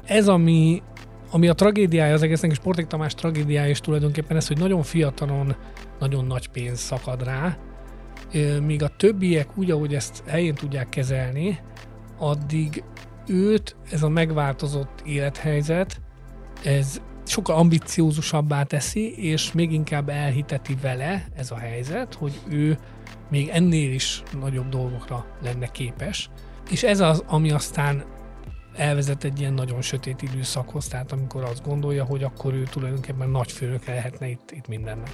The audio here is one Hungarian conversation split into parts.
ez, ami a tragédiája az egésznek, és Portik Tamás tragédiája is tulajdonképpen ez, hogy nagyon fiatalon nagyon nagy pénz szakad rá, míg a többiek úgy, ahogy ezt helyén tudják kezelni, addig őt ez a megváltozott élethelyzet, ez sokkal ambiciózusabbá teszi, és még inkább elhiteti vele ez a helyzet, hogy ő még ennél is nagyobb dolgokra lenne képes. És ez az, ami aztán elvezet egy ilyen nagyon sötét időszakhoz, tehát amikor azt gondolja, hogy akkor ő tulajdonképpen nagyfőnöke lehetne itt mindennek.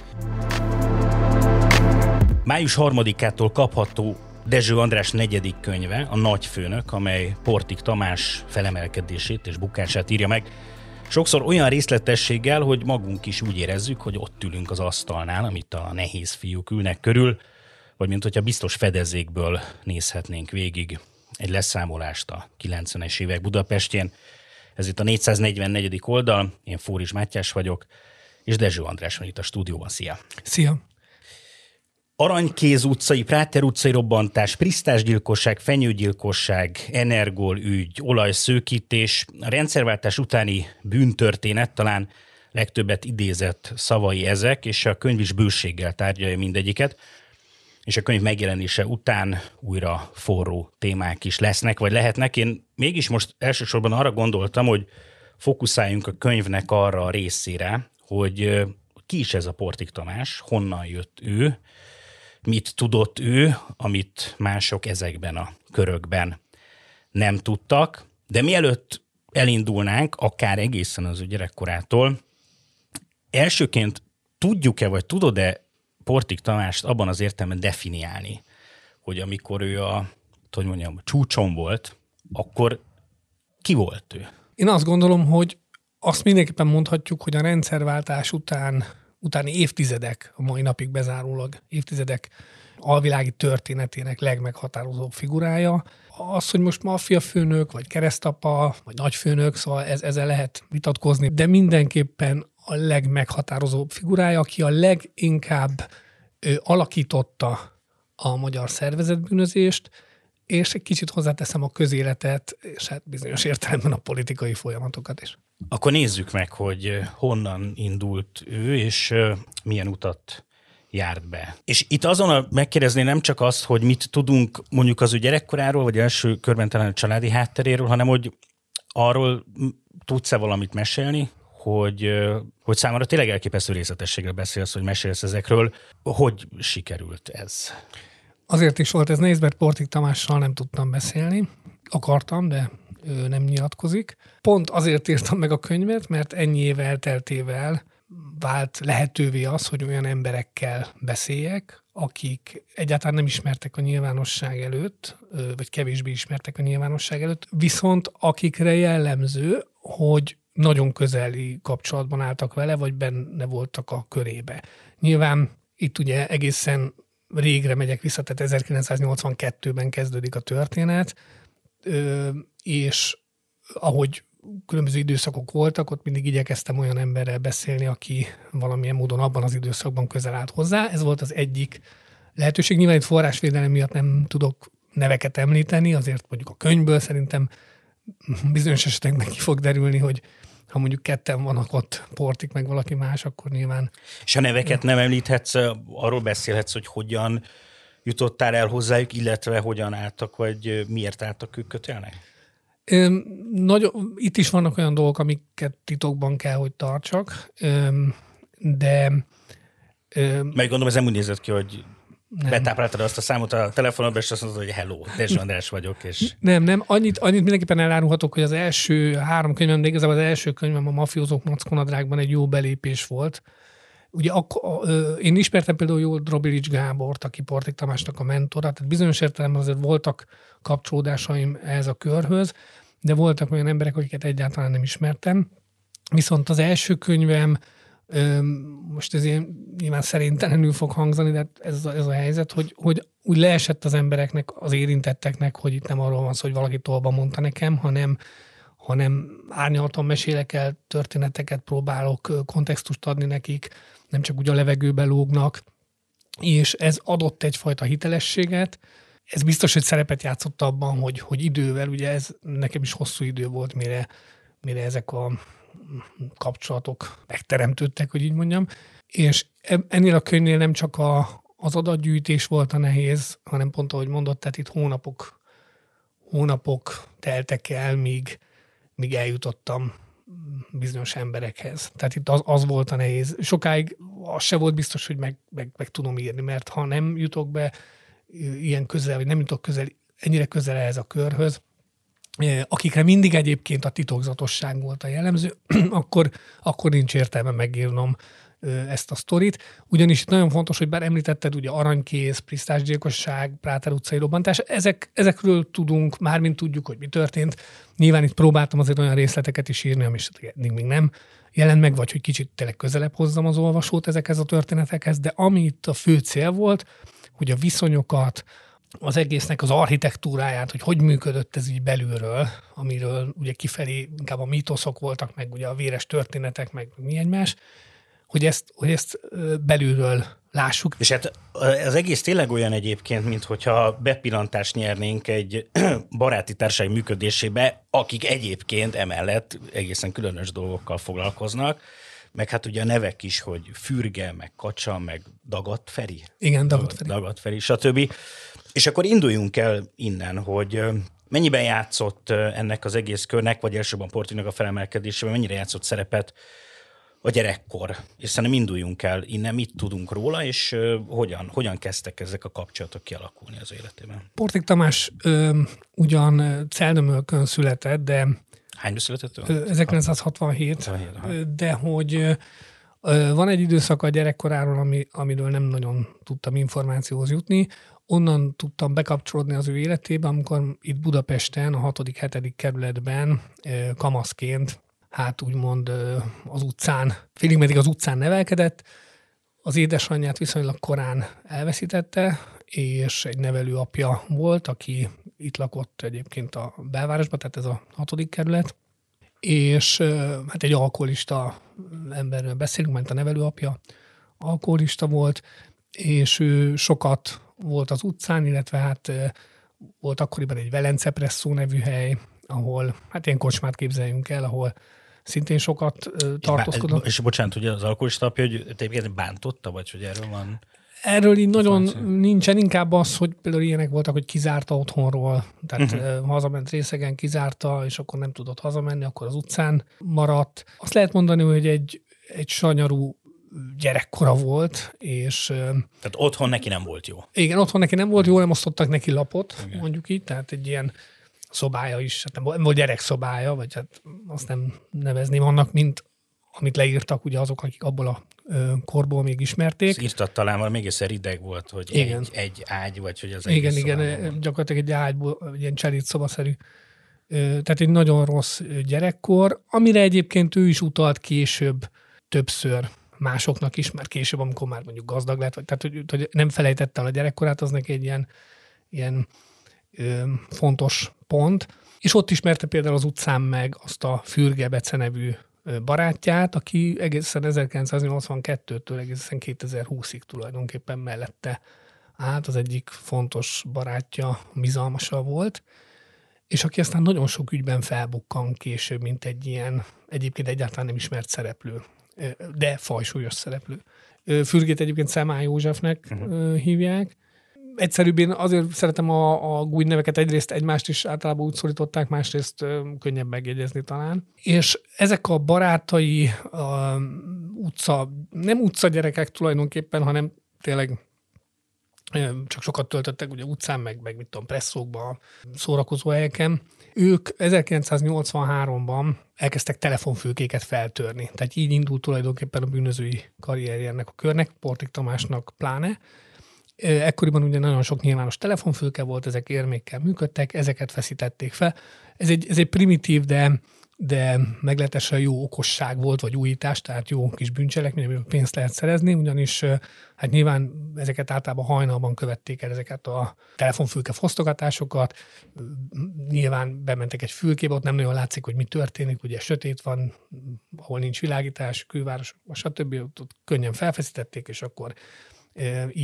Május 3-ától kapható Dezső András 4. könyve, a Nagyfőnök, amely Portik Tamás felemelkedését és bukását írja meg. Sokszor olyan részletességgel, hogy magunk is úgy érezzük, hogy ott ülünk az asztalnál, amit a nehéz fiúk ülnek körül, vagy mint hogyha biztos fedezékből nézhetnénk végig egy leszámolást a 90-es évek Budapestjén. Ez itt a 444. oldal, én Fóris Mátyás vagyok, és Dezső András van itt a stúdióban. Szia! Szia! Aranykéz utcai, Práter utcai robbantás, prisztásgyilkosság, fenyőgyilkosság, Energol ügy, olajszőkítés, a rendszerváltás utáni bűntörténet, talán legtöbbet idézett szavai ezek, és a könyv is bőséggel tárgyalja mindegyiket, és a könyv megjelenése után újra forró témák is lesznek, vagy lehetnek. Én mégis most elsősorban arra gondoltam, hogy fókuszáljunk a könyvnek arra a részére, hogy ki is ez a Portik Tamás, honnan jött ő, mit tudott ő, amit mások ezekben a körökben nem tudtak. De mielőtt elindulnánk, akár egészen az ő gyerekkorától, elsőként tudjuk-e, vagy tudod-e Portik Tamást abban az értelemben definiálni, hogy amikor ő csúcson volt, akkor ki volt ő? Én azt gondolom, hogy azt mindenképpen mondhatjuk, hogy a rendszerváltás utáni évtizedek, a mai napig bezárólag évtizedek alvilági történetének legmeghatározóbb figurája. Az, hogy most maffiafőnök, vagy keresztapa, vagy nagyfőnök, szóval ezzel lehet vitatkozni, de mindenképpen a legmeghatározóbb figurája, aki a leginkább alakította a magyar szervezetbűnözést, és egy kicsit hozzáteszem a közéletet, és hát bizonyos értelemben a politikai folyamatokat is. Akkor nézzük meg, hogy honnan indult ő, és milyen utat járt be. És itt azonnal megkérdezni nem csak azt, hogy mit tudunk mondjuk az ő gyerekkoráról, vagy első körben talán a családi hátteréről, hanem hogy arról tudsz-e valamit mesélni, hogy számára tényleg elképesztő részletességgel beszélsz, hogy mesélsz ezekről. Hogy sikerült ez? Azért is volt ez nehéz, mert Portik Tamással nem tudtam beszélni. Akartam, de ő nem nyilatkozik. Pont azért írtam meg a könyvet, mert ennyi év elteltével vált lehetővé az, hogy olyan emberekkel beszéljek, akik egyáltalán nem ismertek a nyilvánosság előtt, vagy kevésbé ismertek a nyilvánosság előtt, viszont akikre jellemző, hogy nagyon közeli kapcsolatban álltak vele, vagy benne voltak a körébe. Nyilván itt ugye egészen régre megyek vissza, tehát 1982-ben kezdődik a történet, és ahogy különböző időszakok voltak, ott mindig igyekeztem olyan emberrel beszélni, aki valamilyen módon abban az időszakban közel állt hozzá. Ez volt az egyik lehetőség. Nyilván itt forrásvédelem miatt nem tudok neveket említeni, azért mondjuk a könyvből szerintem bizonyos esetekben ki fog derülni, hogy ha mondjuk ketten vannak ott, Portik meg valaki más, akkor nyilván... És a neveket nem említhetsz, arról beszélhetsz, hogy hogyan jutottál el hozzájuk, illetve hogyan álltak, vagy miért álltak ők kötélnek? Itt is vannak olyan dolgok, amiket titokban kell, hogy tartsak, de... Meg gondolom, ez nem úgy nézett ki, hogy betápláltad azt a számot a telefonodba, és azt mondod, hogy hello, Dezső András vagyok, és... Nem, annyit mindenképpen elárulhatok, hogy az első 3 könyvem, de igazából az első könyvem a Mafiózók Mackonadrágban egy jó belépés volt. Ugye én ismertem például jól Drobilics Gábort, aki Portik Tamásnak a mentora, tehát bizonyos értelemben azért voltak kapcsolódásaim ehhez a körhöz, de voltak olyan emberek, akiket egyáltalán nem ismertem. Viszont az első könyvem, most ez ilyen nyilván szerintelenül fog hangzani, de ez a helyzet, hogy úgy leesett az embereknek, az érintetteknek, hogy itt nem arról van szó, hogy valaki tolba mondta nekem, hanem árnyaltan mesélek el történeteket, próbálok kontextust adni nekik, nem csak úgy a levegőbe lógnak, és ez adott egyfajta hitelességet. Ez biztos, hogy szerepet játszott abban, hogy idővel, ugye ez nekem is hosszú idő volt, mire mire ezek a kapcsolatok megteremtődtek, hogy így mondjam. És ennél a könyvnél nem csak az adatgyűjtés volt a nehéz, hanem pont ahogy mondott, tehát itt hónapok teltek el, míg eljutottam bizonyos emberekhez. Tehát itt az volt a nehéz. Sokáig az se volt biztos, hogy meg tudom írni, mert ha nem jutok be ilyen közel, vagy nem jutok ennyire közel ehhez a körhöz, akikre mindig egyébként a titokzatosság volt a jellemző, akkor nincs értelme megírnom ezt a sztorit. Ugyanis itt nagyon fontos, hogy bár említetted, ugye aranykéz, prisztásgyilkosság, Práter utcai robbantás, ezekről tudunk, mármint tudjuk, hogy mi történt. Nyilván itt próbáltam azért olyan részleteket is írni, ami még nem jelent meg, vagy hogy kicsit tényleg közelebb hozzam az olvasót ezekhez a történetekhez, de ami itt a fő cél volt, hogy a viszonyokat, az egésznek az architektúráját, hogy működött ez így belülről, amiről ugye kifelé inkább a mítoszok voltak, meg ugye a véres történetek, meg mi egymás, hogy ezt belülről lássuk. És hát az egész tényleg olyan egyébként, minthogyha bepillantást nyernénk egy baráti társaság működésébe, akik egyébként emellett egészen különös dolgokkal foglalkoznak, meg hát ugye a nevek is, hogy Fürge, meg Kacsa, meg Dagat Feri. Igen, Dagat Feri, stb. És akkor induljunk el innen, hogy mennyiben játszott ennek az egész körnek, vagy elsősorban Portinak a felemelkedésében, mennyire játszott szerepet a gyerekkor. És szerintem induljunk el innen, mit tudunk róla, és hogyan kezdtek ezek a kapcsolatok kialakulni az életében. Portik Tamás ugyan Celdömölkön született, de... Hányban született? 1967, de hogy van egy időszak a gyerekkoráról, amiről nem nagyon tudtam információhoz jutni. Onnan tudtam bekapcsolódni az ő életébe, amikor itt Budapesten, a 6.-7. kerületben kamaszként, hát úgymond az utcán, félig meddig az utcán nevelkedett. Az édesanyját viszonylag korán elveszítette, és egy nevelőapja volt, aki itt lakott egyébként a belvárosban, tehát ez a 6. kerület, és hát egy alkoholista emberről beszélünk, mert a nevelőapja alkoholista volt, és ő sokat volt az utcán, illetve hát volt akkoriban egy Velence Presszó nevű hely, ahol, hát ilyen kocsmát képzeljünk el, ahol szintén sokat tartózkodott. És bocsánat, ugye az alkoholista apja, hogy tényleg bántotta, vagy hogy erről van? Erről így nagyon nincsen, inkább az, hogy például ilyenek voltak, hogy kizárta otthonról, tehát hazament részegen, kizárta, és akkor nem tudott hazamenni, akkor az utcán maradt. Azt lehet mondani, hogy egy sanyarú gyerekkora volt, és... Tehát otthon neki nem volt jó. Igen, otthon neki nem volt jó, nem osztottak neki lapot, igen. Mondjuk így, tehát egy ilyen szobája is, hát nem volt gyerekszobája, vagy hát azt nem nevezném annak, mint amit leírtak ugye azok, akik abból a korból még ismerték. Az írtat talán valami egészen rideg volt, hogy egy ágy, vagy hogy az egész igen, gyakorlatilag egy ágyból, egy ilyen cserét szobaszerű. Tehát egy nagyon rossz gyerekkor, amire egyébként ő is utalt később többször másoknak is, már később, amikor már mondjuk gazdag lett, tehát hogy nem felejtette el a gyerekkorát, az neki egy ilyen fontos pont. És ott ismerte például az utcán meg azt a Fürge Bece nevű barátját, aki egészen 1982-től egészen 2020-ig tulajdonképpen mellette állt, az egyik fontos barátja, bizalmasa volt, és aki aztán nagyon sok ügyben felbukkan később, mint egy ilyen egyébként egyáltalán nem ismert szereplő, de fajsúlyos szereplő. Fürgét egyébként Szemán Józsefnek hívják. Egyszerűbb, én azért szeretem a gúny neveket, egyrészt egymást is általában úgy szólították, másrészt könnyebb megjegyezni talán. És ezek a barátai nem utca gyerekek tulajdonképpen, hanem tényleg csak sokat töltöttek ugye utcán, meg mit tudom, presszókban, szórakozó helyeken. Ők 1983-ban elkezdtek telefonfülkéket feltörni. Tehát így indult tulajdonképpen a bűnözői karrierje ennek a körnek, Portik Tamásnak pláne. Ekkoriban ugye nagyon sok nyilvános telefonfülke volt, ezek érmékkel működtek, ezeket feszítették fel. Ez egy primitív, de meglehetősen jó okosság volt, vagy újítás, tehát jó kis bűncselekmény, amiből pénzt lehet szerezni, ugyanis hát nyilván ezeket általában hajnalban követték el, ezeket a telefonfülke fosztogatásokat, nyilván bementek egy fülkébe, ott nem nagyon látszik, hogy mi történik, ugye sötét van, ahol nincs világítás, külváros, stb. Ott könnyen felfeszítették, és akkor így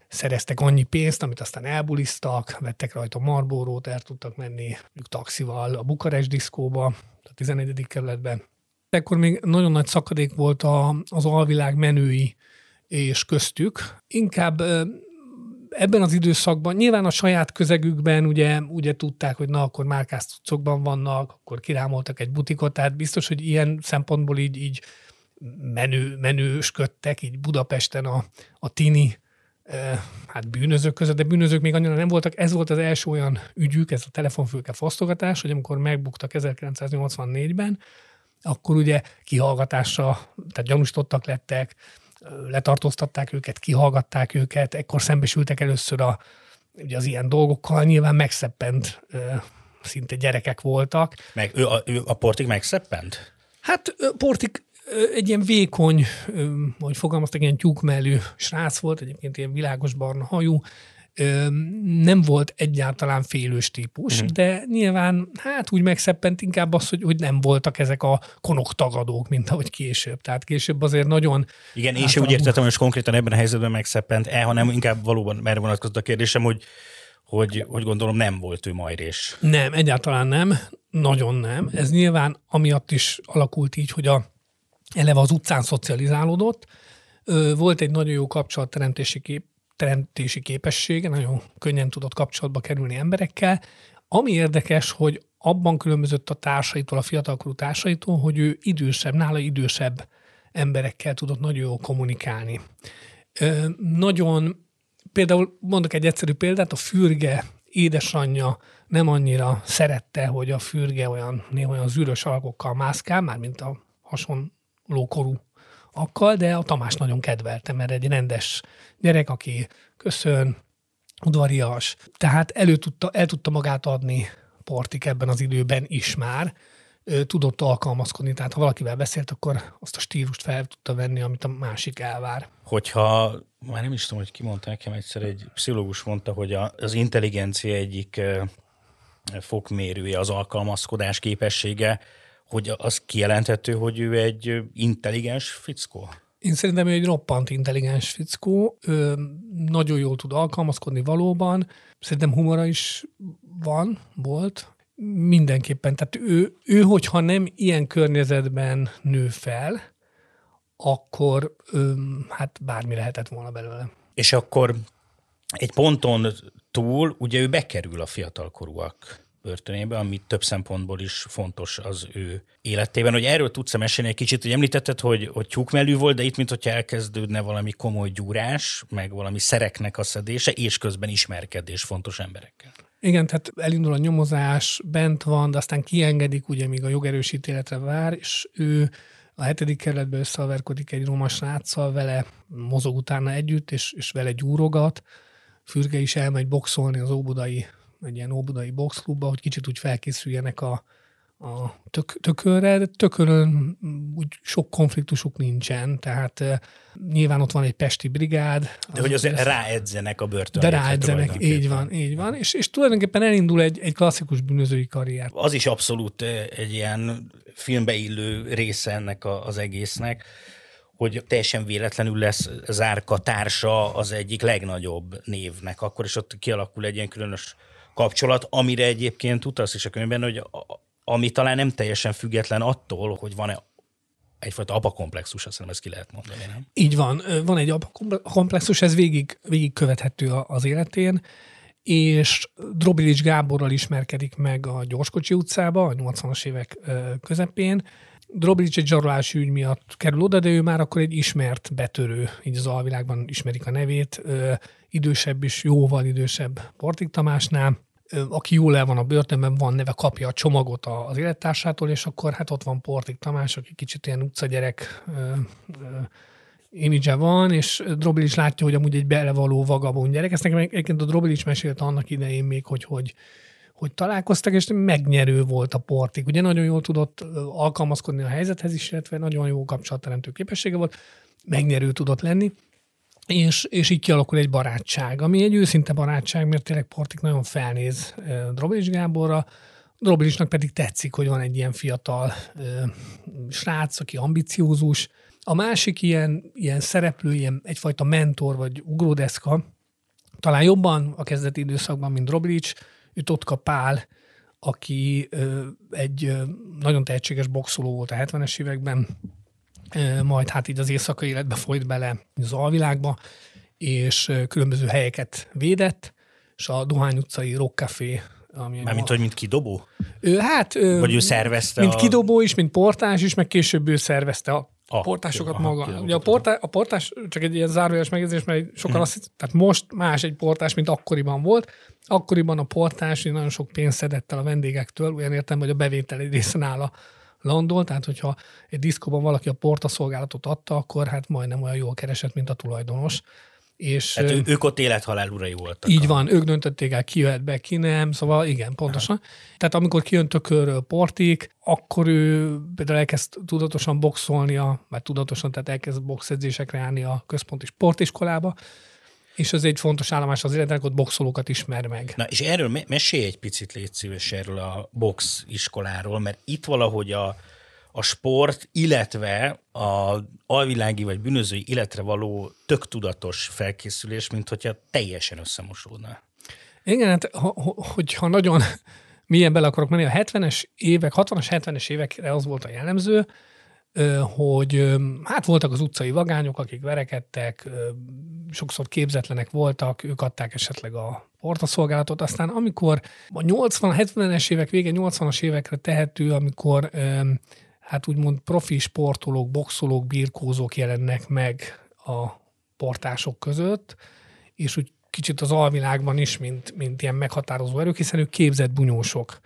szereztek annyi pénzt, amit aztán elbulisztak, vettek rajta Marlbórót, el tudtak menni taxival a Bukarest diszkóba, a 11. kerületben. Ekkor még nagyon nagy szakadék volt az alvilág menői és köztük. Inkább ebben az időszakban, nyilván a saját közegükben ugye tudták, hogy na, akkor márkás cuccokban vannak, akkor kirámoltak egy butikot, tehát biztos, hogy ilyen szempontból így menősködtek így Budapesten a tini bűnözők között, de bűnözők még annyira nem voltak. Ez volt az első olyan ügyük, ez a telefonfülke fosztogatás, hogy amikor megbuktak 1984-ben, akkor ugye kihallgatásra, tehát gyanúsítottak lettek, letartóztatták őket, kihallgatták őket, ekkor szembesültek először ugye az ilyen dolgokkal, nyilván megszeppent szinte gyerekek voltak. A Portik megszeppent? Hát Portik egy ilyen vékony, ahogy fogalmaztak, ilyen tyúkmellű srác volt, egyébként ilyen világos barna hajú, nem volt egyáltalán félős típus, de nyilván úgy megszeppent inkább az, hogy nem voltak ezek a konoktagadók, mint ahogy később. Tehát később azért nagyon... Igen, én sem úgy értettem, hogy konkrétan ebben a helyzetben megszeppent, hanem inkább valóban erre vonatkozott a kérdésem, hogy gondolom nem volt ő majrés. Nem, egyáltalán nem, nagyon nem. Ez nyilván amiatt is alakult így, hogy eleve az utcán szocializálódott. Volt egy nagyon jó kapcsolatteremtési képessége, nagyon könnyen tudott kapcsolatba kerülni emberekkel. Ami érdekes, hogy abban különbözött a társaitól, a fiatalkorú társaitól, hogy ő nála idősebb emberekkel tudott nagyon jól kommunikálni. Például mondok egy egyszerű példát, a Fürge édesanyja nem annyira szerette, hogy a Fürge néha olyan zűrös alakokkal mászkál, mármint a hasonló korúakkal, de a Tamás nagyon kedvelte, mert egy rendes gyerek, aki köszön, udvarias, tehát el tudta magát adni Portik ebben az időben is már, tudott alkalmazkodni, tehát ha valakivel beszélt, akkor azt a stílust fel tudta venni, amit a másik elvár. Hogyha, már nem is tudom, hogy ki mondta nekem egyszer, egy pszichológus mondta, hogy az intelligencia egyik fokmérője, az alkalmazkodás képessége, hogy az kijelenthető, hogy ő egy intelligens fickó? Én szerintem ő egy roppant intelligens fickó, nagyon jól tud alkalmazkodni valóban, szerintem humora is volt, mindenképpen. Tehát ő, hogyha nem ilyen környezetben nő fel, akkor bármi lehetett volna belőle. És akkor egy ponton túl, ugye ő bekerül a fiatalkorúak börtönébe, ami több szempontból is fontos az ő életében. Hogy erről tudsz mesélni egy kicsit, hogy említetted, hogy tyúkmellű volt, de itt mintha elkezdődne valami komoly gyúrás, meg valami szereknek a szedése, és közben ismerkedés fontos emberekkel. Igen, tehát elindul a nyomozás, bent van, de aztán kiengedik, ugye még a jogerős ítéletre vár, és ő a 7. kerületben összehaverkodik egy roma sráccal, vele mozog utána együtt, és vele gyúrogat. Fürge is elmegy boxolni az egy ilyen óbudai boxklubba, hogy kicsit úgy felkészüljenek a tökölre, de tökölön úgy sok konfliktusuk nincsen, tehát nyilván ott van egy pesti brigád. De hogy azért ráedzenek a börtönbe. De ráedzenek, így van. És tulajdonképpen elindul egy klasszikus bűnözői karrier. Az is abszolút egy ilyen filmbe illő része ennek az egésznek, hogy teljesen véletlenül lesz Zárka társa az egyik legnagyobb névnek. Akkor is ott kialakul egy ilyen különös kapcsolat, amire egyébként utalsz is a könyvben, hogy ami talán nem teljesen független attól, hogy van-e egyfajta apakomplexus, azt hiszem, ezt ki lehet mondani, nem? Így van egy apakomplexus, ez végig követhető az életén, és Drobilics Gáborral ismerkedik meg a Gyorskocsi utcába, a 80-as évek közepén. Drobilics egy zsarolási ügy miatt kerül oda, de ő már akkor egy ismert betörő, így az alvilágban ismerik a nevét, idősebb is, jóval idősebb Portik Tamásnál, aki jól el van a börtönben, van neve, kapja a csomagot az élettársától, és akkor hát ott van Portik Tamás, aki kicsit ilyen utcagyerek image van, és Drobilics látja, hogy amúgy egy belevaló vagabond gyerek. Ezt nekem egyébként a Drobilics mesélte annak idején még, hogy találkoztak, és megnyerő volt a Portik. Ugye nagyon jól tudott alkalmazkodni a helyzethez is, illetve nagyon jó kapcsolatteremtő képessége volt, megnyerő tudott lenni, és így kialakul egy barátság, ami egy őszinte barátság, mert tényleg Portik nagyon felnéz Drobilics Gáborra, Drobilicsnak pedig tetszik, hogy van egy ilyen fiatal srác, aki ambiciózus. A másik ilyen szereplő, ilyen egyfajta mentor vagy ugródeszka, talán jobban a kezdeti időszakban, mint Roglic, Totka Pál, aki egy nagyon tehetséges boxoló volt a 70-es években, majd hát így az éjszakai életbe folyt bele az alvilágba, és különböző helyeket védett, és a Dohány utcai Rock Café, mármint, hogy mint kidobó? Vagy ő szervezte mint kidobó is, mint portás is, meg később ő szervezte a portásokat maga. Ugye a portás, csak egy ilyen zárójeles megjegyzés, mert sokan azt hiszem, tehát most más egy portás, mint akkoriban volt. Akkoriban a portás nagyon sok pénzt szedett el a vendégektől, olyan értem, hogy a bevétel egy része nála landol, tehát hogyha egy diszkóban valaki a portaszolgálatot adta, akkor hát majdnem olyan jól keresett, mint a tulajdonos. És hát ők ott élethalál urai voltak. Így van, ők döntötték el, ki jöhet be, ki nem, szóval igen, pontosan. Tehát amikor kijön Tökörről Portik, akkor ő például elkezd tudatosan boxolnia, vagy tudatosan, tehát elkezd boxedzésekre járni a központi sportiskolába, és ez egy fontos állomás az életnek, ott boxolókat ismer meg. Na, és erről mesélj egy picit, légy szíves, erről a box iskoláról, mert itt valahogy a sport, illetve a alvilági vagy bűnözői életre való tök tudatos felkészülés, mint hogyha teljesen összemosódna. Igen, hát hogyha nagyon mélyen bele akarok menni, a 70-es évek, 60-as, 70-es évekre az volt a jellemző, hogy hát voltak az utcai vagányok, akik verekedtek, sokszor képzetlenek voltak, ők adták esetleg a portaszolgálatot, aztán amikor a 70-es évek vége, 80-as évekre tehető, amikor hát úgymond profi sportolók, boxolók, birkózók jelennek meg a portások között, és úgy kicsit az alvilágban is, mint ilyen meghatározó erők, hiszen ők képzett bunyósok.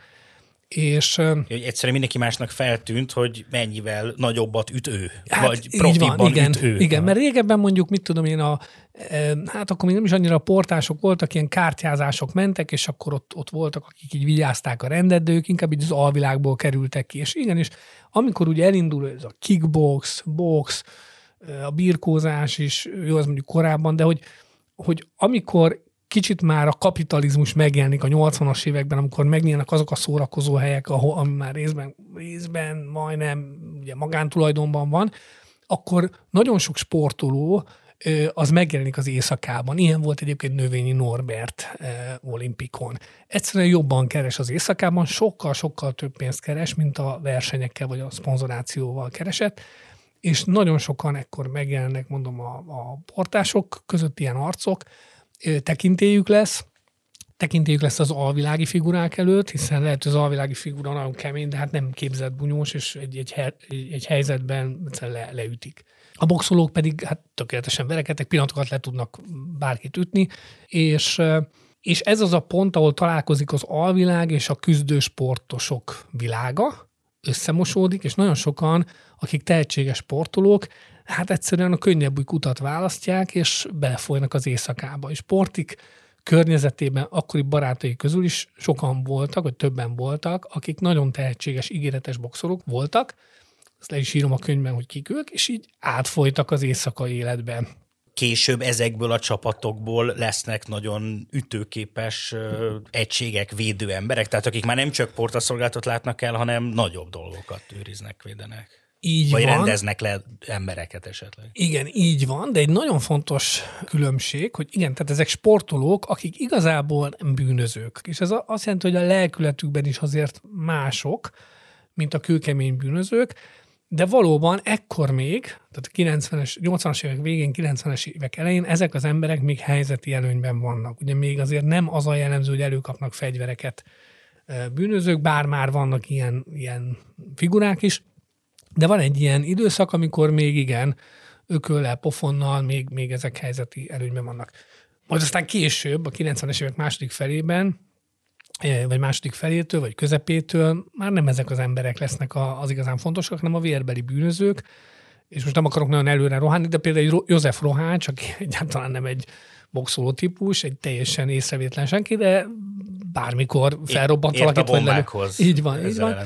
És egyszerűen mindenki másnak feltűnt, hogy mennyivel nagyobbat üt ő, hát vagy profibban üt ő. Igen, mert régebben mondjuk, mit tudom én, hát akkor még nem is annyira portások voltak, ilyen kártyázások mentek, és akkor ott voltak, akik így vigyázták a rendet, de ők inkább így az alvilágból kerültek ki. És igenis, amikor ugye elindul ez a kickbox, box, a birkózás is, jó, az mondjuk korábban, de hogy amikor kicsit már a kapitalizmus megjelenik a 80-as években, amikor megnyílnak azok a szórakozó helyek, ami már részben majdnem ugye magántulajdonban van, akkor nagyon sok sportoló az megjelenik az éjszakában. Ilyen volt egyébként Növényi Norbert olimpikon. Egyszerűen jobban keres az éjszakában, sokkal több pénzt keres, mint a versenyekkel vagy a szponzorációval keresett, és nagyon sokan megjelennek, mondom, a portások között ilyen arcok, tekintélyük lesz az alvilági figurák előtt, hiszen lehet, hogy az alvilági figura nagyon kemény, de hát nem képzett bunyós, és egy helyzetben leütik. A boxolók pedig hát tökéletesen verekedtek, pillanatokat le tudnak bárkit ütni, és ez az a pont, ahol találkozik az alvilág és a küzdősportosok világa, összemosódik, és nagyon sokan, akik tehetséges sportolók, hát egyszerűen a könnyebb új kutat választják, és belefolynak az éjszakába. És Portik környezetében akkori barátai közül is sokan voltak, vagy többen voltak, akik nagyon tehetséges, ígéretes boxolók voltak, ezt le is írom a könyvben, hogy kik ők, és így átfolytak az éjszakai életben. Később ezekből a csapatokból lesznek nagyon ütőképes egységek, védő emberek, tehát akik már nem csak portaszolgálatot látnak el, hanem nagyobb dolgokat őriznek, védenek. Így vagy van. Rendeznek le embereket esetleg. Igen, így van, de egy nagyon fontos különbség, hogy igen, tehát ezek sportolók, akik igazából nem bűnözők. És ez azt jelenti, hogy a lelkületükben is azért mások, mint a kőkemény bűnözők, de valóban ekkor még, tehát a 80-as évek végén, 90-es évek elején ezek az emberek még helyzeti előnyben vannak. Ugye még azért nem az a jellemző, hogy előkapnak fegyvereket bűnözők, bár már vannak ilyen figurák is, de van egy ilyen időszak, amikor még igen, ököllel, pofonnal még ezek helyzeti előnyben vannak. Majd aztán később, a 90-es évek második felében, vagy második felétől, vagy közepétől már nem ezek az emberek lesznek az igazán fontosak, hanem a vérbeli bűnözők, és most nem akarok nagyon előre rohanni, de például egy József Rohács, aki egyáltalán nem egy boxoló típus, egy teljesen észrevétlen senki, de bármikor felrobbant valakit. Vagy bombákhoz. Így van.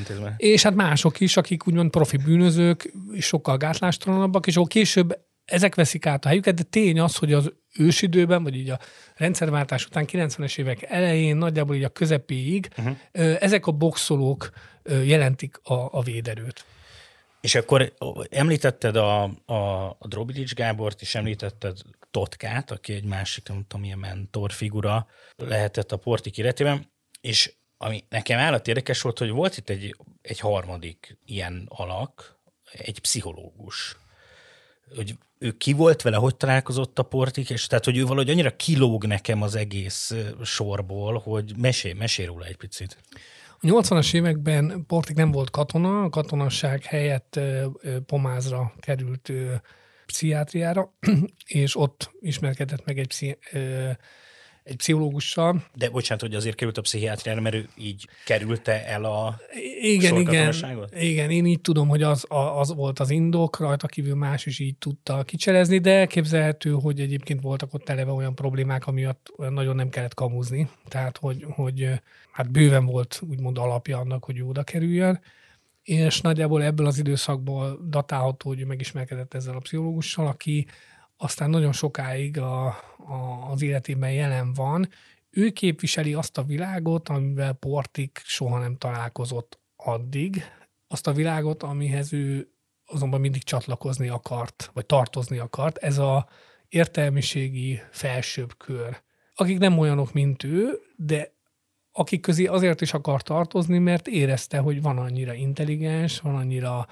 És hát mások is, akik úgymond profi bűnözők, és sokkal gátlástalanabbak, és ahol később ezek veszik át a helyüket, de tény az, hogy az ősidőben, vagy így a rendszerváltás után 90-es évek elején, nagyjából így a közepéig, ezek a boxolók jelentik a véderőt. És akkor említetted a Drobilics Gábort, és említetted Totkát, aki egy másik, nem tudom, milyen mentorfigura lehetett a Portik életében, és ami nekem állat érdekes volt, hogy volt itt egy harmadik ilyen alak, egy pszichológus. Hogy ő ki volt vele, hogy találkozott a Portik, és tehát, hogy ő valahogy annyira kilóg nekem az egész sorból, hogy mesélj róla egy picit. A 80-as években Portik nem volt katona, a katonasság helyett Pomázra került pszichiátriára, és ott ismerkedett meg egy pszichológussal. De bocsánat, hogy azért került a pszichiátriára, mert ő így kerülte el a sorkatonasságot? Igen, én így tudom, hogy az volt az indok, rajta kívül más is így tudta kicselezni, de elképzelhető, hogy egyébként voltak ott eleve olyan problémák, amiatt nagyon nem kellett kamuzni. Tehát, hogy hát bőven volt úgymond alapja annak, hogy oda kerüljön, és nagyjából ebből az időszakból datálható, hogy megismerkedett ezzel a pszichológussal, aki aztán nagyon sokáig az életében jelen van. Ő képviseli azt a világot, amivel Portik soha nem találkozott addig. Azt a világot, amihez ő azonban mindig csatlakozni akart, vagy tartozni akart. Ez a értelmiségi felsőbb kör. Akik nem olyanok, mint ő, de akik közé azért is akar tartozni, mert érezte, hogy van annyira intelligens, van annyira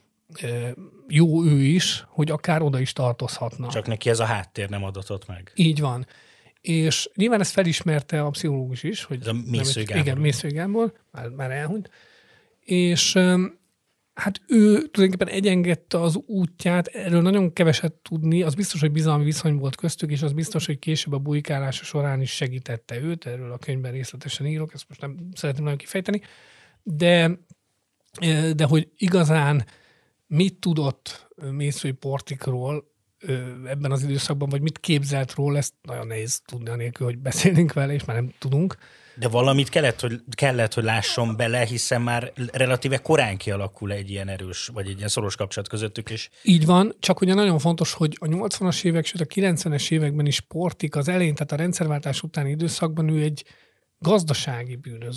jó ő is, hogy akár oda is tartozhatna. Csak neki ez a háttér nem adatott meg. Így van. És nyilván ezt felismerte a pszichológus is, hogy... Ez a Mészői Gábor. Igen, Mészői Gábor, már elhunyt. És hát ő tulajdonképpen egyengedte az útját, erről nagyon keveset tudni, az biztos, hogy bizalmi viszony volt köztük, és az biztos, hogy később a bujkálása során is segítette őt, erről a könyvben részletesen írok, ezt most nem szeretném nagyon kifejteni, de hogy igazán mit tudott Mészői Portikról ebben az időszakban, vagy mit képzelt róla, ezt nagyon nehéz tudni anélkül, hogy beszélünk vele, és már nem tudunk. De valamit kellett, hogy lásson bele, hiszen már relatíve korán kialakul egy ilyen erős, vagy egy ilyen szoros kapcsolat közöttük is. Így van, csak ugye nagyon fontos, hogy a 80-as évek, sőt a 90-es években is Portik az elején, tehát a rendszerváltás utáni időszakban ő egy gazdasági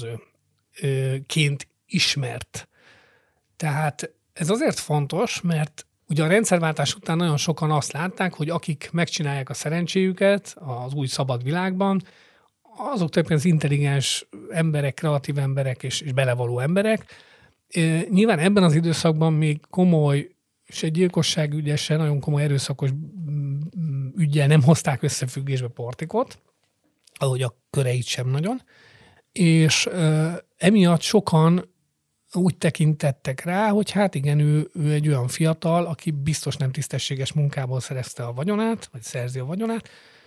bűnözőként ismert. Tehát ez azért fontos, mert ugye a rendszerváltás után nagyon sokan azt látták, hogy akik megcsinálják a szerencséjüket az új szabad világban, azok tulajdonképpen az intelligens emberek, kreatív emberek és belevaló emberek. Nyilván ebben az időszakban még komoly, és egy gyilkosságügyesen, nagyon komoly erőszakos üggyel nem hozták összefüggésbe Portikot, ahogy a köreit sem nagyon. És emiatt sokan úgy tekintettek rá, hogy hát igen, ő egy olyan fiatal, aki biztos nem tisztességes munkából szerezte a vagyonát, vagy szerzi a vagyonát,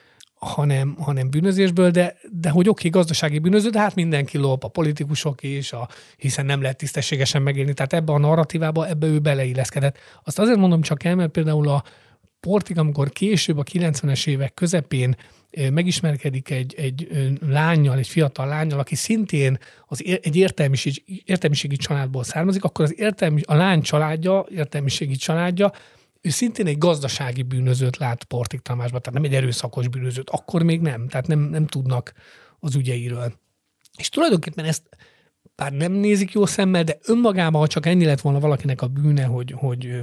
hanem bűnözésből, de hogy oké, gazdasági bűnöző, de hát mindenki lop, a politikusok is, hiszen nem lehet tisztességesen megélni. Tehát ebbe a narratívába, ebbe ő beleilleszkedett. Azt azért mondom csak el, mert például a Portik, amikor később a 90-es évek közepén megismerkedik egy lánnyal, egy fiatal lánnyal, aki szintén egy értelmiségi családból származik, akkor a lány családja, értelmiségi családja, ő szintén egy gazdasági bűnözőt lát Portik Tamásban, tehát nem egy erőszakos bűnözőt, akkor még nem, tehát nem tudnak az ügyeiről. És tulajdonképpen ezt bár nem nézik jó szemmel, de önmagában, ha csak ennyi lett volna valakinek a bűne, hogy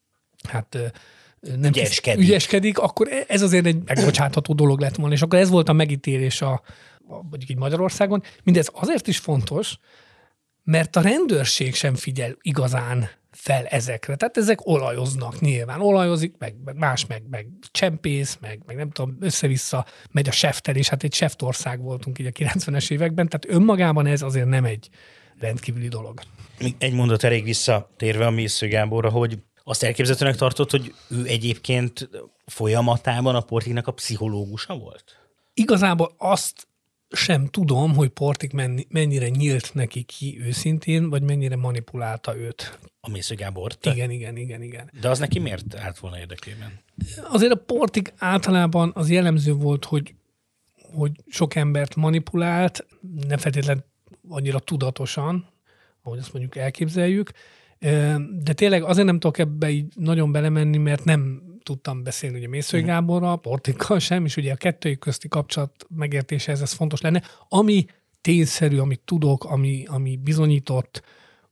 nem ügyeskedik, akkor ez azért egy megbocsátható dolog lett volna, és akkor ez volt a megítélés mondjuk így Magyarországon. Mindez azért is fontos, mert a rendőrség sem figyel igazán fel ezekre. Tehát ezek olajoznak nyilván. Olajozik, meg más, meg csempész, meg nem tudom, össze-vissza megy a seftelés. Hát egy seftország voltunk így a 90-es években, tehát önmagában ez azért nem egy rendkívüli dolog. Egy mondat elég visszatérve a Mészői Gáborra, hogy azt elképzelhetőnek tartott, hogy ő egyébként folyamatában a Portiknak a pszichológusa volt? Igazából azt sem tudom, hogy Portik mennyire nyílt neki ki őszintén, vagy mennyire manipulálta őt. A Mészői Gábort? Igen. De az neki miért állt volna érdekében? Azért a Portik általában az jellemző volt, hogy sok embert manipulált, nem feltétlenül annyira tudatosan, ahogy azt mondjuk elképzeljük, de tényleg azért nem tudok ebbe így nagyon belemenni, mert nem tudtam beszélni ugye Mészői Gáborral, Portikkal sem, és ugye a kettőjük közti kapcsolat megértése ez fontos lenne. Ami tényszerű, amit tudok, ami bizonyított,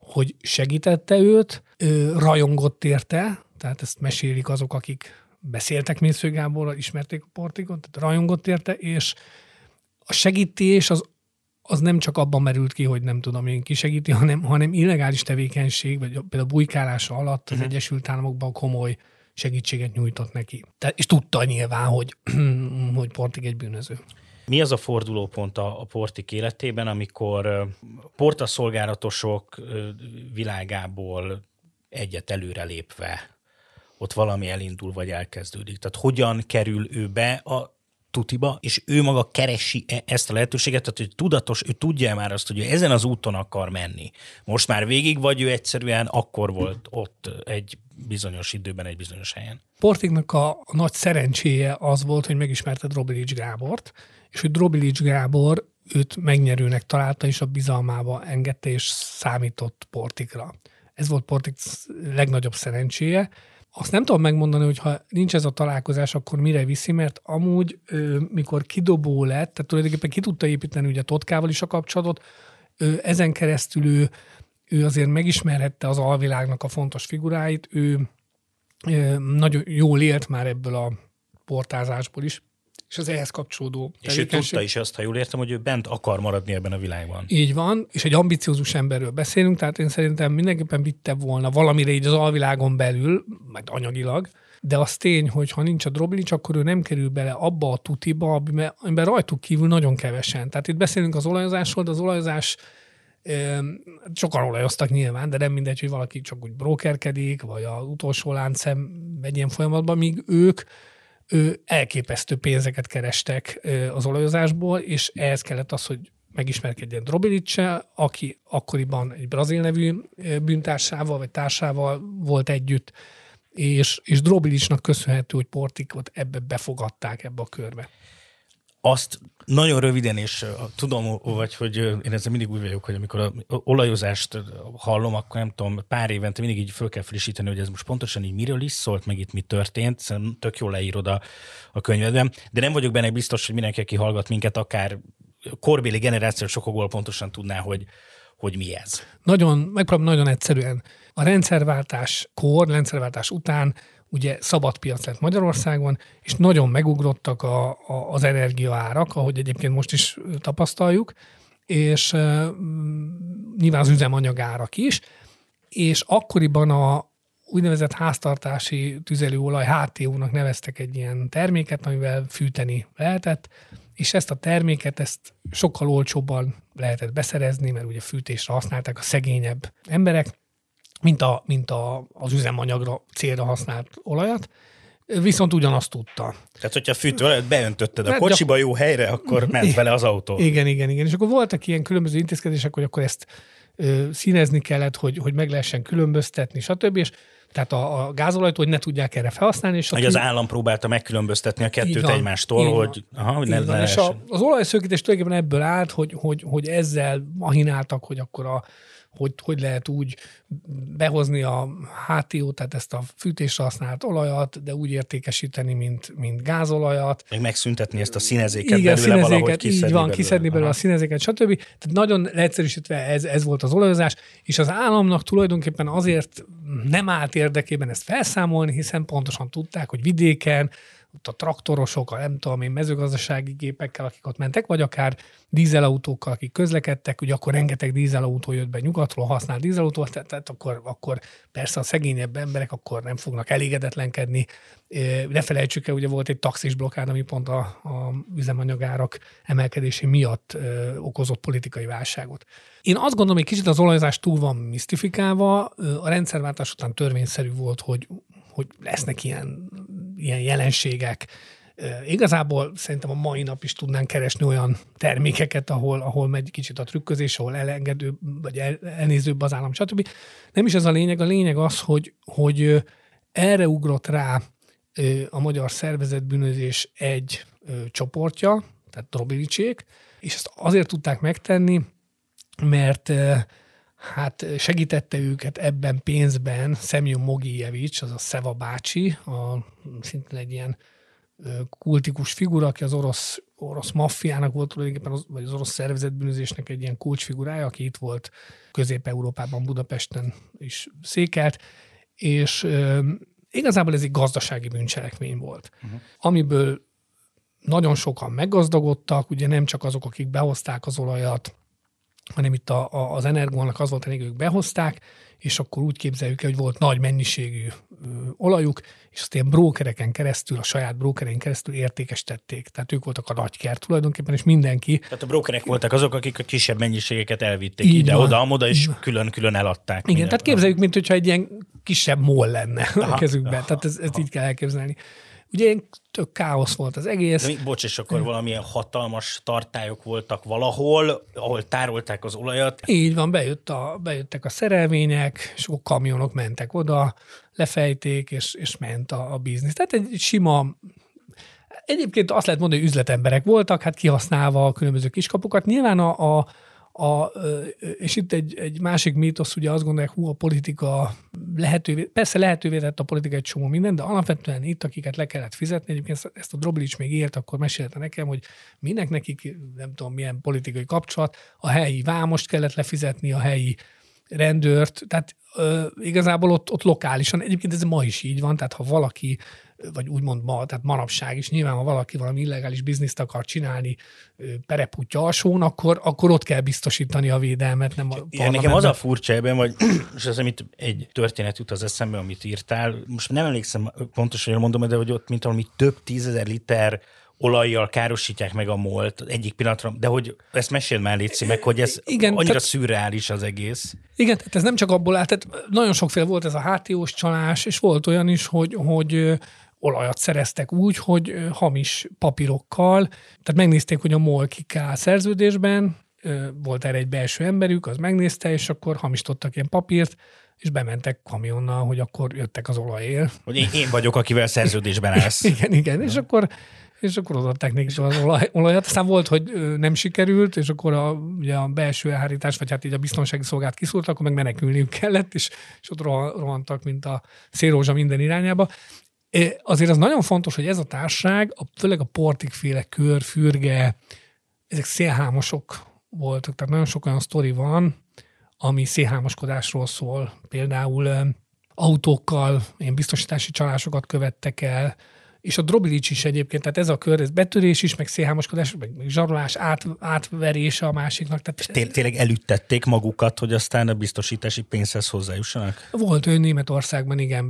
hogy segítette őt, rajongott érte, tehát ezt mesélik azok, akik beszéltek Mésző Gáborral, ismerték a Portikot, tehát rajongott érte, és a segítés az nem csak abban merült ki, hogy nem tudom én ki segíti, hanem illegális tevékenység, vagy például bujkálása alatt az Egyesült Államokban komoly segítséget nyújtott neki. És tudta nyilván, hogy Portik egy bűnöző. Mi az a fordulópont a Portik életében, amikor portaszolgálatosok világából egyet előrelépve ott valami elindul, vagy elkezdődik? Tehát hogyan kerül ő be a tutiba, és ő maga keresi ezt a lehetőséget, tehát hogy tudatos, ő tudja már azt, hogy ő ezen az úton akar menni. Most már végig, vagy ő egyszerűen akkor volt ott egy bizonyos időben, egy bizonyos helyen? Portiknak a nagy szerencséje az volt, hogy megismerte Drobilics Gábort, és hogy Drobilics Gábor őt megnyerőnek találta, és a bizalmába engedte, és számított Portikra. Ez volt Portik legnagyobb szerencséje. Azt nem tudom megmondani, hogy ha nincs ez a találkozás, akkor mire viszi, mert amúgy, mikor kidobó lett, tehát tulajdonképpen ki tudta építeni ugye Totkával is a kapcsolatot, ezen keresztül ő azért megismerhette az alvilágnak a fontos figuráit, ő nagyon jól élt már ebből a portázásból is, és az ehhez kapcsolódó tevékenység. És ő tudta is azt, ha jól értem, hogy ő bent akar maradni ebben a világban. Így van, és egy ambiciózus emberről beszélünk, tehát én szerintem mindenképpen vitte volna valamire így az alvilágon belül, meg anyagilag, de az tény, hogy ha nincs a Drobilics, akkor ő nem kerül bele abba a tutiba, amiben rajtuk kívül nagyon kevesen. Tehát itt beszélünk az olajozásról, de az olajozás sokan olajoztak nyilván, de nem mindegy, hogy valaki csak úgy brókerkedik, vagy az utolsó láncszem egy ilyen folyamatban, míg ők elképesztő pénzeket kerestek az olajozásból, és ehhez kellett az, hogy megismerkedjen Drobilics-sel, aki akkoriban egy brazil nevű bűntársával vagy társával volt együtt, és Drobilicsnak köszönhető, hogy Portikot ebbe befogadták ebbe a körbe. Azt nagyon röviden, és tudom, vagy hogy én ezzel mindig úgy vagyok, hogy amikor az olajozást hallom, akkor nem tudom, pár évente mindig így föl kell frissíteni, hogy ez most pontosan így miről is szólt, meg itt mi történt, szerintem tök jól leírod a könyvedben, de nem vagyok benne biztos, hogy mindenki, aki hallgat minket, akár korbéli generációs sokokból pontosan tudná, hogy mi ez. Megpróbálom nagyon egyszerűen. A rendszerváltás után ugye szabad piac lett Magyarországon, és nagyon megugrottak az energiaárak, ahogy egyébként most is tapasztaljuk, és nyilván az üzemanyagárak is, és akkoriban a úgynevezett háztartási tüzelőolaj HTO-nak neveztek egy ilyen terméket, amivel fűteni lehetett, és ezt a terméket sokkal olcsóbban lehetett beszerezni, mert ugye fűtésre használták a szegényebb emberek, mint az üzemanyagra célra használt olajat, viszont ugyanazt tudta. Tehát, hogyha fűtőolajat beöntötted a kocsiba jó helyre, akkor ment vele az autó. Igen. És akkor voltak ilyen különböző intézkedések, hogy akkor ezt színezni kellett, hogy meg lehessen különböztetni, stb. És tehát a gázolajt, hogy ne tudják erre felhasználni. És az állam próbálta megkülönböztetni a kettőt egymástól, hogy ne lehessen. És az olajszőkítés tulajdonképpen ebből állt, hogy ezzel mahináltak, hogy akkor hogy lehet úgy behozni a HTO, tehát ezt a fűtésre használt olajat, de úgy értékesíteni, mint gázolajat. Meg megszüntetni ezt a színezéket belőle, valahogy kiszedni belőle a színezéket, stb. Tehát nagyon leegyszerűsítve ez volt az olajozás, és az államnak tulajdonképpen azért nem állt érdekében ezt felszámolni, hiszen pontosan tudták, hogy vidéken, ott a traktorosok, a nem tudom én, mezőgazdasági gépekkel, akik ott mentek, vagy akár dízelautókkal, akik közlekedtek, ugye akkor rengeteg dízelautó jött be nyugatról, használt dízelautó, tehát akkor persze a szegényebb emberek akkor nem fognak elégedetlenkedni. Ne felejtsük el, ugye volt egy taxis blokkád, ami pont a üzemanyagárak emelkedési miatt okozott politikai válságot. Én azt gondolom, hogy kicsit az olajozás túl van misztifikálva, a rendszerváltás után törvényszerű volt, hogy lesznek ilyen jelenségek. Igazából szerintem a mai nap is tudnánk keresni olyan termékeket, ahol megy kicsit a trükközés, ahol elengedőbb, vagy elnézőbb az állam, stb. Nem is ez a lényeg az, hogy erre ugrott rá a magyar szervezetbűnözés egy csoportja, tehát Drobilicsék, és ezt azért tudták megtenni, mert segítette őket ebben pénzben Szemjon Mogijevics, az a Szeva bácsi, szintén egy ilyen kultikus figura, aki az orosz maffiának volt tulajdonképpen, vagy az orosz szervezetbűnözésnek egy ilyen kulcsfigurája, aki itt volt Közép-Európában, Budapesten is székelt, és igazából ez egy gazdasági bűncselekmény volt, amiből nagyon sokan meggazdagodtak, ugye nem csak azok, akik behozták az olajat, hanem itt az Energónak az volt, hogy ők behozták, és akkor úgy képzeljük el, hogy volt nagy mennyiségű olajuk, és azt ilyen brókereken keresztül, a saját brókerein keresztül értékesítették. Tehát ők voltak a nagykert tulajdonképpen, és mindenki. Tehát a brókerek voltak azok, akik a kisebb mennyiségeket elvitték ide-oda, és külön-külön eladták. Igen, tehát képzeljük, mint hogyha egy ilyen kisebb moll lenne a kezükben. Tehát ezt így kell elképzelni. Ugye ilyen tök káosz volt az egész. De bocs, és akkor valamilyen hatalmas tartályok voltak valahol, ahol tárolták az olajat. Így van, bejöttek a szerelvények, és akkor kamionok mentek oda, lefejték, és ment a biznisz. Tehát egy sima, egyébként azt lehet mondani, hogy üzletemberek voltak, hát kihasználva a különböző kiskapukat. Nyilván és itt egy másik mítosz, ugye azt gondolják, a politika lehetővé tett a politika egy csomó minden, de alapvetően itt, akiket le kellett fizetni, egyébként ezt a Drobilics még élt, akkor mesélte nekem, hogy minek nekik, nem tudom milyen politikai kapcsolat, a helyi vámost kellett lefizetni, a helyi rendőrt, tehát igazából ott lokálisan, egyébként ez ma is így van, tehát ha valaki, vagy úgymond tehát manapság is, nyilván ha valaki valami illegális bizniszt akar csinálni Pereputya alsón, akkor ott kell biztosítani a védelmet, nem a parlamentben. Nekem az a furcsa ebben, vagy, és az, amit egy történet jut az eszembe, amit írtál, most nem emlékszem pontosan, hogy mondom, de hogy ott mint valami több 10 000 liter olajjal károsítják meg a MOL-t egyik pillanatra, de hogy ezt meséld már, légy meg, hogy ez igen, annyira szürreális az egész. Igen, tehát ez nem csak abból áll, tehát nagyon sokféle volt ez a HTO-s csalás, és volt olyan is, hogy olajat szereztek úgy, hogy hamis papírokkal, tehát megnézték, hogy a MOL kik áll szerződésben, volt erre egy belső emberük, az megnézte, és akkor hamisítottak ilyen papírt, és bementek kamionnal, hogy akkor jöttek az olajért. Hogy én vagyok, akivel szerződésben állsz. igen, és akkor odaadták nekik az olajat. Aztán volt, hogy nem sikerült, és akkor ugye a belső elhárítás, vagy hát így a biztonsági szolgált kiszúrtak, akkor meg menekülniük kellett, és ott rohantak, mint a szélrózsa minden irányába. Azért az nagyon fontos, hogy ez a társaság, főleg a Portik-féle kör, fürge, ezek szélhámosok voltak. Tehát nagyon sok olyan sztori van, ami szélhámoskodásról szól. Például autókkal ilyen biztosítási csalásokat követtek el, és a Drobilics is egyébként, tehát ez a kör, ez betörés is, meg szélhámoskodás, meg zsarolás, átverése a másiknak. Tehát tényleg elüttették magukat, hogy aztán a biztosítási pénzhez hozzájussanak? Volt ő Németországban, igen,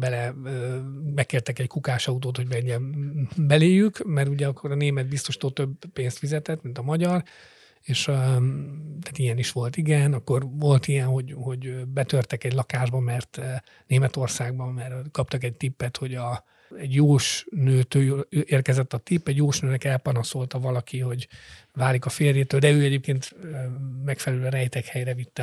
megkértek egy kukásautót, hogy menjen beléjük, mert ugye akkor a német biztosító több pénzt fizetett, mint a magyar, és tehát ilyen is volt, igen. Akkor volt ilyen, hogy betörtek egy lakásba, mert Németországban, mert kaptak egy tippet, hogy egy jósnőtől érkezett a tipp, egy jósnőnek elpanaszolta valaki, hogy válik a férjétől, de ő egyébként megfelelően rejtek helyre vitte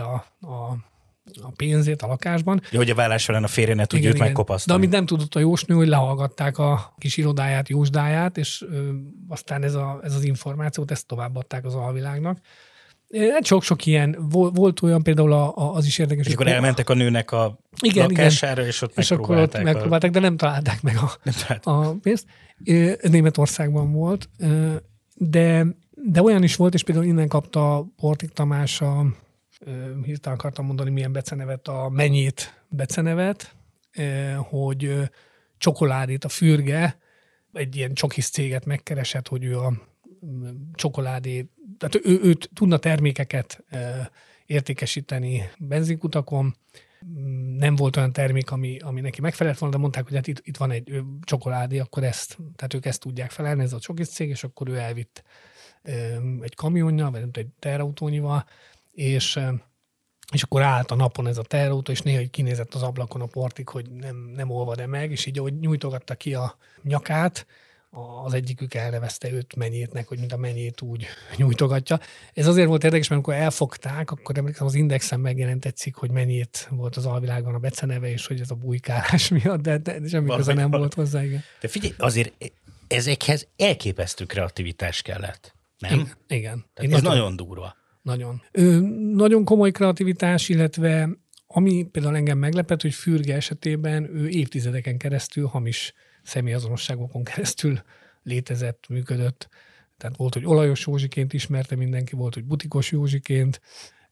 a pénzét a lakásban. Ja, hogy a vállás során a férje ne tudja őt megkopasztani. De amit nem tudott a jósnő, hogy lehallgatták a kis irodáját, jósdáját, és aztán ez az információt, ezt továbbadták az alvilágnak. Sok-sok ilyen, volt olyan például az is érdekes. És akkor elmentek a nőnek a lakására, és ott megpróbálták. És akkor ott megpróbálták, de nem találták meg a pénzt. Németországban volt, de olyan is volt, és például innen kapta a Portik Tamás hirtelen akartam mondani, milyen becenevet, a Menyét becenevet, hogy csokoládét, a fürge, egy ilyen csokis céget megkeresett, hogy ő a csokoládé, tehát ő tudna termékeket értékesíteni benzinkutakon. Nem volt olyan termék, ami neki megfelelt volna, de mondták, hogy hát itt van egy csokoládé, akkor tehát ők ezt tudják felelni, ez a csokis cég, és akkor ő elvitt egy kamionnyal, vagy egy teherautónyival, és akkor állt a napon ez a teherautó, és néha így kinézett az ablakon a Portik, hogy nem olvad-e meg, és így ahogy nyújtogatta ki a nyakát, az egyikük elnevezte őt Menyétnek, hogy mint a Menyét úgy nyújtogatja. Ez azért volt érdekes, mert amikor elfogták, akkor emlékszem, az Indexen megjelent egy cikk, hogy Menyét volt az alvilágon a beceneve, és hogy ez a bújkálás miatt, de semmi köze nem volt hozzá, igen. De figyelj, azért ezekhez elképesztő kreativitás kellett, nem? Igen. Ez nagyon durva. Nagyon. Nagyon komoly kreativitás, illetve ami például engem meglepett, hogy Fürge esetében ő évtizedeken keresztül hamis személyazonosságokon keresztül létezett, működött. Tehát volt, hogy olajos Józsiként ismerte mindenki, volt, hogy butikos Józsiként,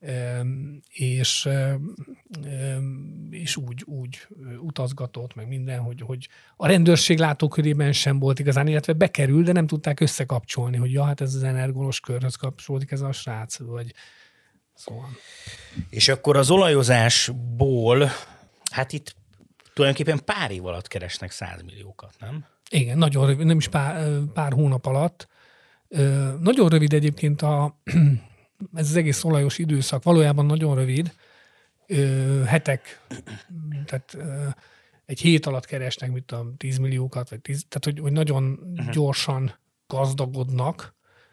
és úgy utazgatott, meg minden, hogy a rendőrség látókörében sem volt igazán, illetve bekerül, de nem tudták összekapcsolni, hogy ja, hát ez az energolos körhöz kapcsolódik ez a srác, vagy szóval. És akkor az olajozásból, hát itt tulajdonképpen pár év alatt keresnek 100 milliókat, nem? Igen, nagyon rövid, nem is pár hónap alatt. Nagyon rövid egyébként ez az egész olajos időszak, valójában nagyon rövid, hetek, tehát egy hét alatt keresnek, mit tudom, 10 milliókat, vagy 10, tehát hogy nagyon gyorsan gazdagodnak,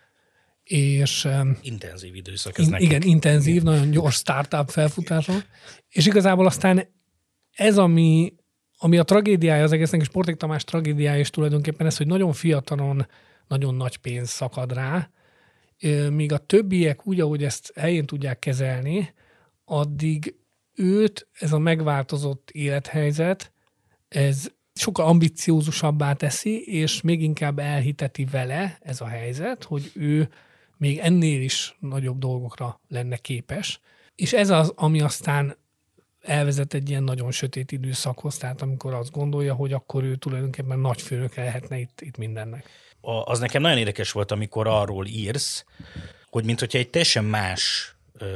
és intenzív időszak ez nekik. Igen, intenzív, nagyon gyors startup felfutása, és igazából aztán ez, ami a tragédiája az egésznek, és Portik Tamás tragédiája is tulajdonképpen ez, hogy nagyon fiatalon nagyon nagy pénz szakad rá, míg a többiek úgy, ahogy ezt helyén tudják kezelni, addig őt ez a megváltozott élethelyzet, ez sokkal ambiciózusabbá teszi, és még inkább elhiteti vele ez a helyzet, hogy ő még ennél is nagyobb dolgokra lenne képes. És ez az, ami aztán elvezet egy ilyen nagyon sötét időszakhoz, tehát amikor azt gondolja, hogy akkor ő tulajdonképpen nagyfőnöke lehetne itt mindennek. Az nekem nagyon érdekes volt, amikor arról írsz, hogy minthogyha egy teljesen más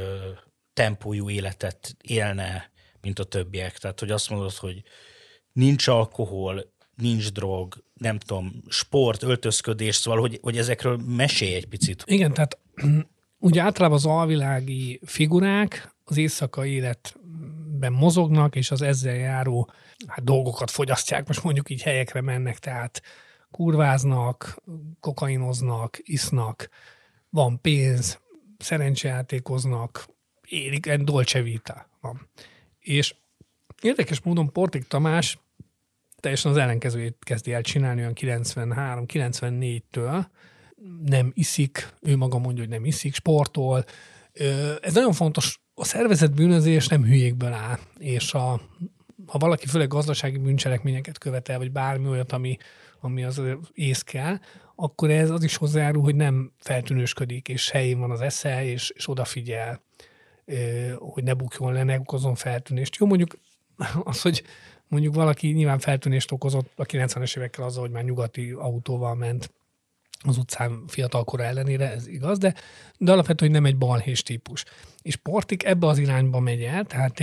tempójú életet élne, mint a többiek. Tehát, hogy azt mondod, hogy nincs alkohol, nincs drog, nem tudom, sport, öltözködés, szóval, hogy ezekről mesélj egy picit. Igen, tehát ugye általában az alvilági figurák az éjszakai életben mozognak, és az ezzel járó dolgokat fogyasztják, most mondjuk így helyekre mennek, tehát kurváznak, kokainoznak, isznak, van pénz, szerencsejátékoznak, élik, dolce vita van. És érdekes módon Portik Tamás teljesen az ellenkezőjét kezdi el csinálni olyan 93-94-től. Nem iszik, ő maga mondja, hogy nem iszik, sportol. Ez nagyon fontos, a szervezett bűnözés nem hülyékből áll, és ha valaki főleg gazdasági bűncselekményeket követel, vagy bármi olyat, ami az ész kell, akkor ez az is hozzájárul, hogy nem feltűnősködik, és helyén van az esze, és odafigyel, hogy ne bukjon le, ne okozon feltűnést. Jó, mondjuk az, hogy mondjuk valaki nyilván feltűnést okozott a 90-es évekkel azzal, hogy már nyugati autóval ment az utcán fiatalkora ellenére, ez igaz, de alapvetően, hogy nem egy balhés típus. És Portik ebbe az irányba megy el, tehát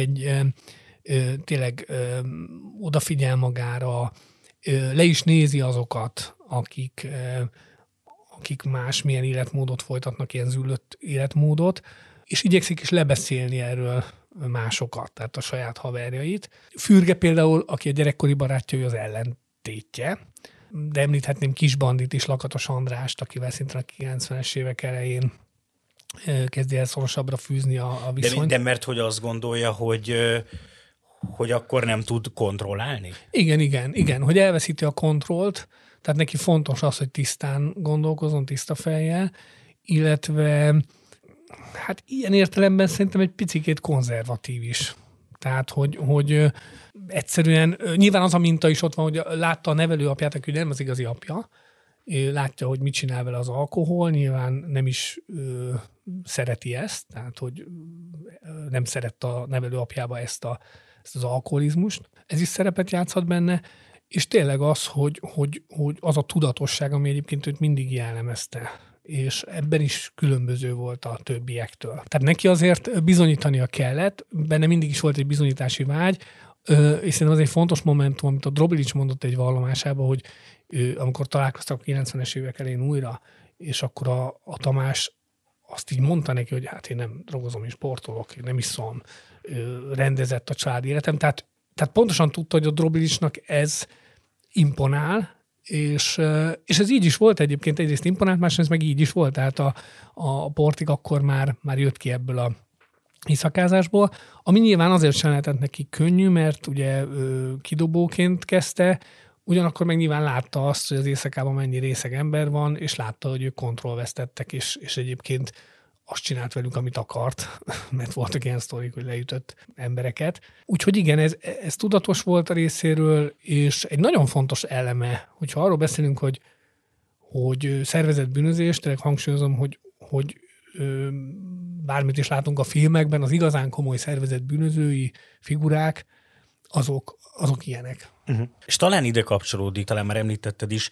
tényleg odafigyel magára, le is nézi azokat, akik másmilyen életmódot folytatnak, ilyen züllött életmódot, és igyekszik is lebeszélni erről másokat, tehát a saját haverjait. Fürge például, aki a gyerekkori barátja, ő az ellentétje, de említhetném Kisbandit is, Lakatos Andrást, akivel szintén a 90-es évek elején kezdi el szorosabbra fűzni a viszonyt. De mert hogy azt gondolja, hogy akkor nem tud kontrollálni? Igen, hogy elveszíti a kontrollt, tehát neki fontos az, hogy tisztán gondolkozzon, tiszta fejjel, illetve hát ilyen értelemben szerintem egy picikét konzervatív is. Tehát, hogy egyszerűen, nyilván az a minta is ott van, hogy látta a nevelőapját, aki nem az igazi apja, látja, hogy mit csinál vele az alkohol, nyilván nem is szereti ezt, tehát, hogy nem szerette a nevelőapjába ezt az alkoholizmust. Ez is szerepet játszhat benne, és tényleg az, hogy az a tudatosság, ami egyébként őt mindig jellemezte, és ebben is különböző volt a többiektől. Tehát neki azért bizonyítania kellett, benne mindig is volt egy bizonyítási vágy, és szerintem az egy fontos momentum, amit a Drobilics mondott egy vallomásában, hogy amikor találkoztak a 90-es évek elején újra, és akkor a Tamás azt így mondta neki, hogy hát én nem drogozom, én sportolok, én nem iszom, rendezett a családi életem. Tehát pontosan tudta, hogy a Drobilicsnak ez imponál, és ez így is volt egyébként, egyrészt imponált, másrészt meg így is volt, tehát a Portik akkor már jött ki ebből a iszakázásból, ami nyilván azért sem lehetett neki könnyű, mert ugye kidobóként kezdte, ugyanakkor meg nyilván látta azt, hogy az éjszakában mennyi részeg ember van, és látta, hogy ők kontrollvesztettek, és egyébként azt csinált velük, amit akart, mert voltak ilyen sztorik, hogy leütött embereket. Úgyhogy igen, ez tudatos volt a részéről, és egy nagyon fontos eleme, hogyha arról beszélünk, hogy szervezett bűnözés, tényleg hangsúlyozom, hogy bármit is látunk a filmekben, az igazán komoly szervezett bűnözői figurák, azok ilyenek. És talán ide kapcsolódik, talán már említetted is,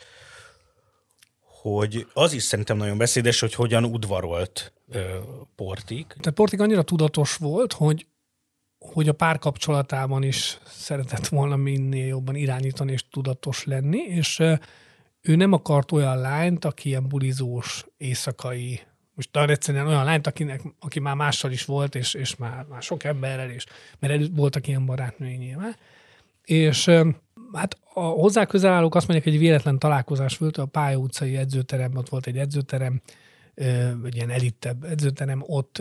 hogy az is szerintem nagyon beszédes, hogy hogyan udvarolt Portik. Tehát Portik annyira tudatos volt, hogy a párkapcsolatában is szeretett volna minél jobban irányítani és tudatos lenni, és ő nem akart olyan lányt, aki ilyen bulizós, éjszakai, most nagyon egyszerűen olyan lányt, aki már mással is volt, és már sok emberrel, mert előtt voltak ilyen barátnői nyilván. És hát a hozzá közel állók azt mondják, hogy egy véletlen találkozás volt, a Pálya utcai edzőteremben, ott volt egy edzőterem, egy ilyen elittebb edzőterem, ott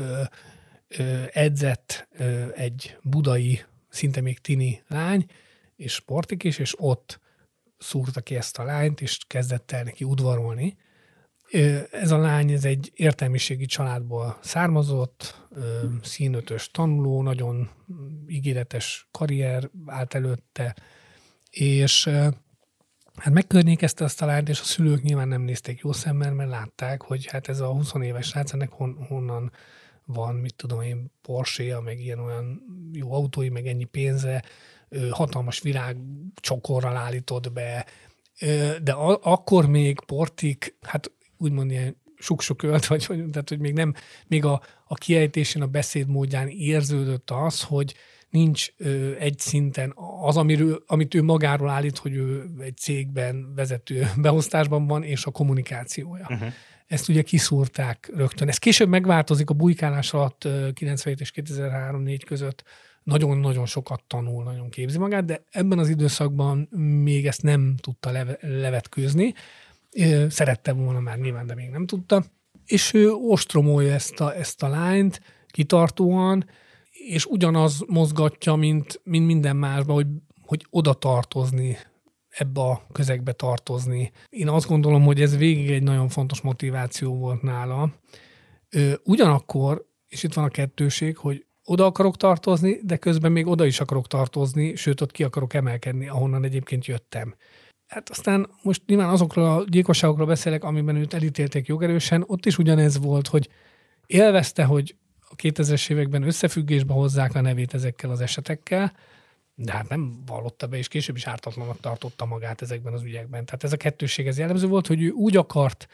edzett egy budai, szinte még tini lány, és Portik is, és ott szúrta ki ezt a lányt, és kezdett el neki udvarolni. Ez a lány, ez egy értelmiségi családból származott, színötös tanuló, nagyon ígéretes karrier állt előtte, és hát megkörnyékezte azt a lányt, és a szülők nyilván nem nézték jó szemmel, mert látták, hogy hát ez a 20 éves srác, ennek honnan van, mit tudom én, Porsche-ja, meg ilyen olyan jó autói, meg ennyi pénze, hatalmas virág csokorral állított be, de akkor még Portik, hát úgymond ilyen suksuk-ölt, tehát hogy még nem, még a kiejtésén, a beszédmódján érződött az, hogy nincs egy szinten az, amit ő magáról állít, hogy ő egy cégben vezető beosztásban van, és a kommunikációja. Uh-huh. Ezt ugye kiszúrták rögtön. Ez később megváltozik a bujkálás alatt 97 és 2003-4 között. Nagyon-nagyon sokat tanul, nagyon képzi magát, de ebben az időszakban még ezt nem tudta levetkőzni. Szerette volna már nyilván, de még nem tudta. És ő ostromolja ezt a lányt kitartóan, és ugyanaz mozgatja, mint minden másban, hogy oda tartozni, ebbe a közegbe tartozni. Én azt gondolom, hogy ez végig egy nagyon fontos motiváció volt nála. Ugyanakkor, és itt van a kettőség, hogy oda akarok tartozni, de közben még oda is akarok tartozni, sőt, ott ki akarok emelkedni, ahonnan egyébként jöttem. Hát aztán most nyilván azokról a gyilkosságokról beszélek, amiben őt elítélték jogerősen, ott is ugyanez volt, hogy élvezte, hogy a 2000-es években összefüggésbe hozzák a nevét ezekkel az esetekkel, de hát nem vallotta be, és később is ártatlanak tartotta magát ezekben az ügyekben. Tehát ez a kettősség ez jellemző volt, hogy ő úgy akart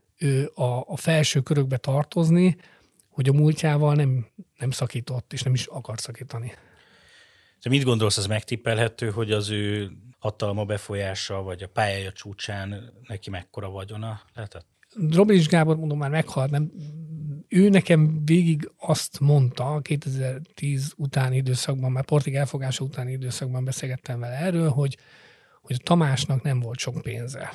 a felső körökbe tartozni, hogy a múltjával nem szakított, és nem is akart szakítani. Te mit gondolsz, az megtippelhető, hogy az ő hatalma, befolyása, vagy a pályája csúcsán neki mekkora vagyona lehetett? Drobilics Gábor, mondom, már meghalt, nem. Ő nekem végig azt mondta, 2010 utáni időszakban, már Portik elfogása utáni időszakban beszélgettem vele erről, hogy a Tamásnak nem volt sok pénze.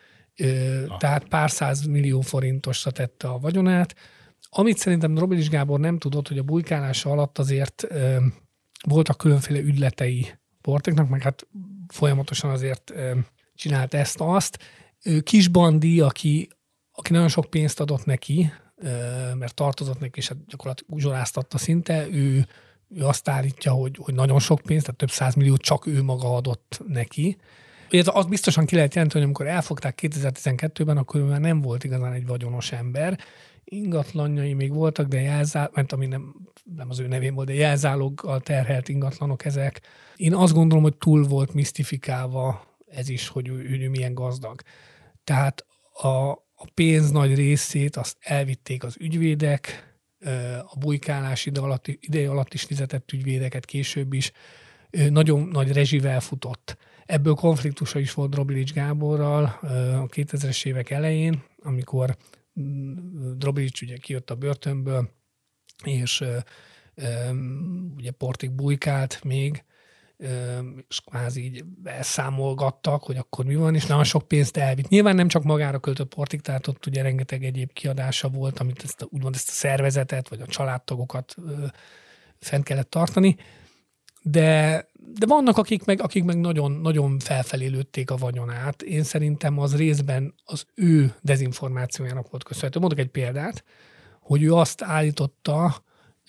Tehát pár 100 millió forintosra tette a vagyonát. Amit szerintem Drobilics Gábor nem tudott, hogy a bujkálása alatt azért voltak különféle ügyletei Portiknak, meg hát folyamatosan azért csinált ezt-azt. Kisbandi, aki nagyon sok pénzt adott neki, mert tartozott neki, és hát gyakorlatilag uzsoráztatta szinte, ő azt állítja, hogy nagyon sok pénzt, tehát több 100 milliót csak ő maga adott neki. Ugye az biztosan ki lehet jelenteni, hogy amikor elfogták 2012-ben, akkor ő már nem volt igazán egy vagyonos ember. Ingatlanjai még voltak, de ami nem az ő nevén volt, de jelzáloggal terhelt ingatlanok ezek. Én azt gondolom, hogy túl volt misztifikálva ez is, hogy ő milyen gazdag. Tehát a pénz nagy részét azt elvitték az ügyvédek, a bujkálás ideje alatt is fizetett ügyvédeket később is, nagyon nagy rezsivel futott. Ebből konfliktusa is volt Drobilics Gáborral a 2000-es évek elején, amikor Drobilics ugye kijött a börtönből, és ugye Portik bujkált még, és kvázi így elszámolgattak, hogy akkor mi van, és nagyon sok pénzt elvitt. Nyilván nem csak magára költött Portik, tehát ott ugye rengeteg egyéb kiadása volt, amit úgymond ezt a szervezetet, vagy a családtagokat fent kellett tartani, de vannak, akik meg nagyon, nagyon felfelé lőtték a vagyonát. Én szerintem az részben az ő dezinformációjának volt köszönhető. Mondok egy példát, hogy ő azt állította,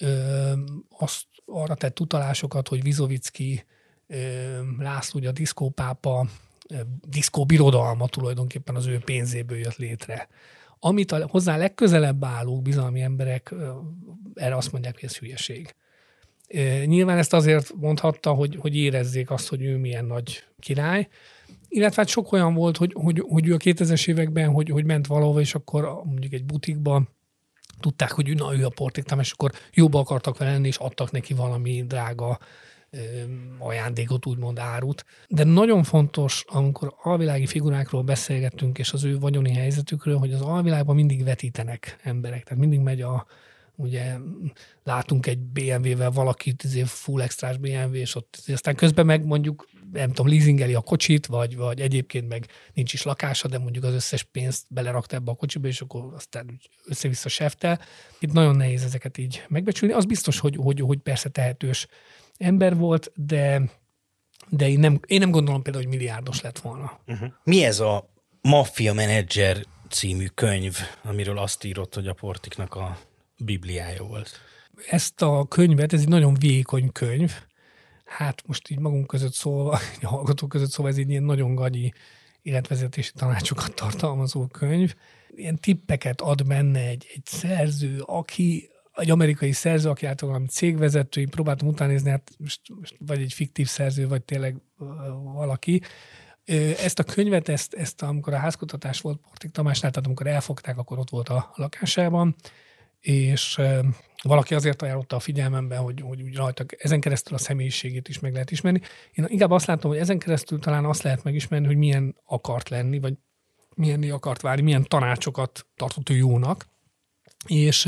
azt arra tett utalásokat, hogy Vizovicki László, ugye a diszkópápa diszkó birodalma tulajdonképpen az ő pénzéből jött létre. Amit hozzá legközelebb állók bizalmi emberek erre azt mondják, hogy ez hülyeség. Nyilván ezt azért mondhatta, hogy érezzék azt, hogy ő milyen nagy király, illetve hát sok olyan volt, hogy ő a 2000-es években, hogy ment valahova, és akkor mondjuk egy butikban tudták, hogy ő a Portik Tamás, és akkor jobban akartak vele lenni, és adtak neki valami drága ajándékot, úgymond árut. De nagyon fontos, amikor alvilági figurákról beszélgettünk, és az ő vagyoni helyzetükről, hogy az alvilágban mindig vetítenek emberek. Tehát mindig megy ugye látunk egy BMW-vel valakit, full extrás BMW, és ott aztán közben meg mondjuk, nem tudom, leasingeli a kocsit, vagy egyébként meg nincs is lakása, de mondjuk az összes pénzt belerakta ebbe a kocsiba, és akkor aztán össze-vissza seftel. Itt nagyon nehéz ezeket így megbecsülni. Az biztos, hogy persze tehetős ember volt, de én nem gondolom például, hogy milliárdos lett volna. Uh-huh. Mi ez a Maffia Menedzser című könyv, amiről azt írott, hogy a Portiknak a bibliája volt? Ezt a könyvet, ez egy nagyon vékony könyv, hát most így magunk között szólva, a hallgatók között szólva, ez egy ilyen nagyon gagyi életvezetési tanácsokat tartalmazó könyv. Ilyen tippeket ad benne egy szerző, egy amerikai szerző, aki által valami cégvezető, én próbáltam utánézni, hát most vagy egy fiktív szerző, vagy tényleg valaki. Ezt a könyvet, ezt amikor a házkutatás volt Portik Tamásnál, tehát amikor elfogták, akkor ott volt a lakásában, és valaki azért ajánlotta a figyelmemben, hogy úgy rajta ezen keresztül a személyiségét is meg lehet ismerni. Én inkább azt látom, hogy ezen keresztül talán azt lehet megismerni, hogy milyen akart lenni, vagy milyenné akart várni, milyen tanácsokat tartott ő jónak. És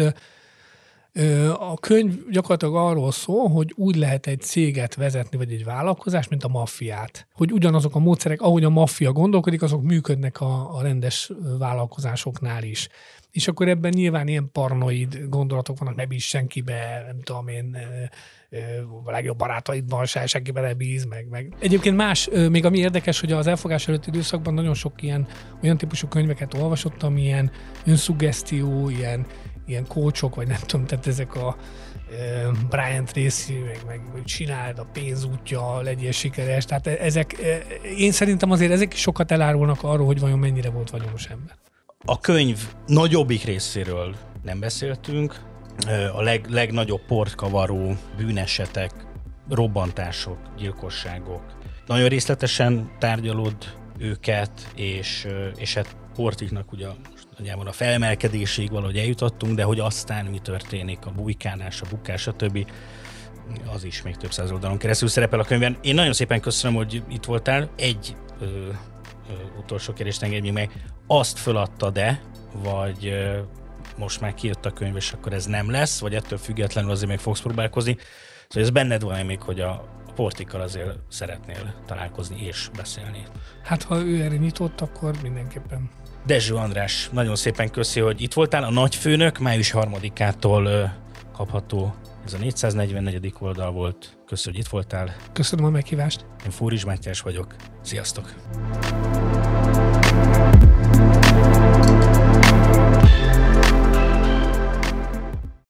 a könyv gyakorlatilag arról szól, hogy úgy lehet egy céget vezetni, vagy egy vállalkozást, mint a maffiát. Hogy ugyanazok a módszerek, ahogy a maffia gondolkodik, azok működnek a rendes vállalkozásoknál is. És akkor ebben nyilván ilyen paranoid gondolatok vannak, ne bízz senkibe, nem tudom én, a legjobb barátaidban senkibe ne bíz, meg. Egyébként más, még ami érdekes, hogy az elfogás előtti időszakban nagyon sok olyan típusú könyveket olvasottam, ilyen önszuggesztió, ilyen coachok, vagy nem tudom, tehát ezek a Brian Tracy, meg csináld a pénzútja, legyél sikeres, tehát ezek, én szerintem azért ezek is sokat elárulnak arról, hogy vajon mennyire volt vagyonos ember. A könyv nagyobbik részéről nem beszéltünk, a legnagyobb portkavaró bűnesetek, robbantások, gyilkosságok. Nagyon részletesen tárgyalod őket, és hát Portiknak ugye nagyjából a felemelkedéséig valahogy eljutottunk, de hogy aztán mi történik, a bujkálás, a bukás, stb. Az is még több száz oldalon keresztül szerepel a könyvben. Én nagyon szépen köszönöm, hogy itt voltál. Egy utolsó kérdést engedj meg. Azt föladtad-e, vagy most már kijött a könyv, és akkor ez nem lesz, vagy ettől függetlenül azért még fogsz próbálkozni. Szóval ez benned van még, hogy a Portikkal azért szeretnél találkozni és beszélni. Hát ha ő erre nyitott, akkor mindenképpen. Dezső András, nagyon szépen köszi, hogy itt voltál. A Nagyfőnök május 3-ától kapható. Ez a 444. oldal volt. Köszönöm, hogy itt voltál. Köszönöm a meghívást. Én Fóris Mátyás vagyok. Sziasztok!